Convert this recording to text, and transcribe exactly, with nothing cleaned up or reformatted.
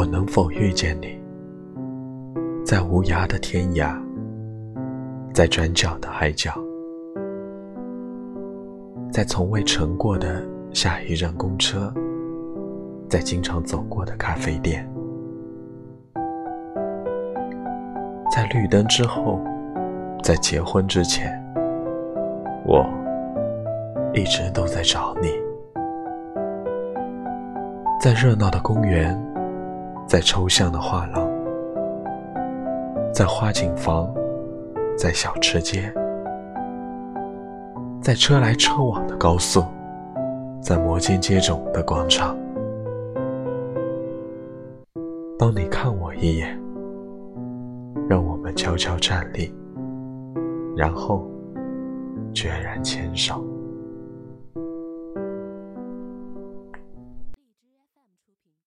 我能否遇见你，在无涯的天涯，在转角的海角，在从未乘过的下一站公车，在经常走过的咖啡店，在绿灯之后，在结婚之前，我一直都在找你。在热闹的公园，在抽象的画廊，在花景房，在小吃街，在车来车往的高速，在摩肩接踵的广场。当你看我一眼，让我们悄悄站立，然后决然牵手。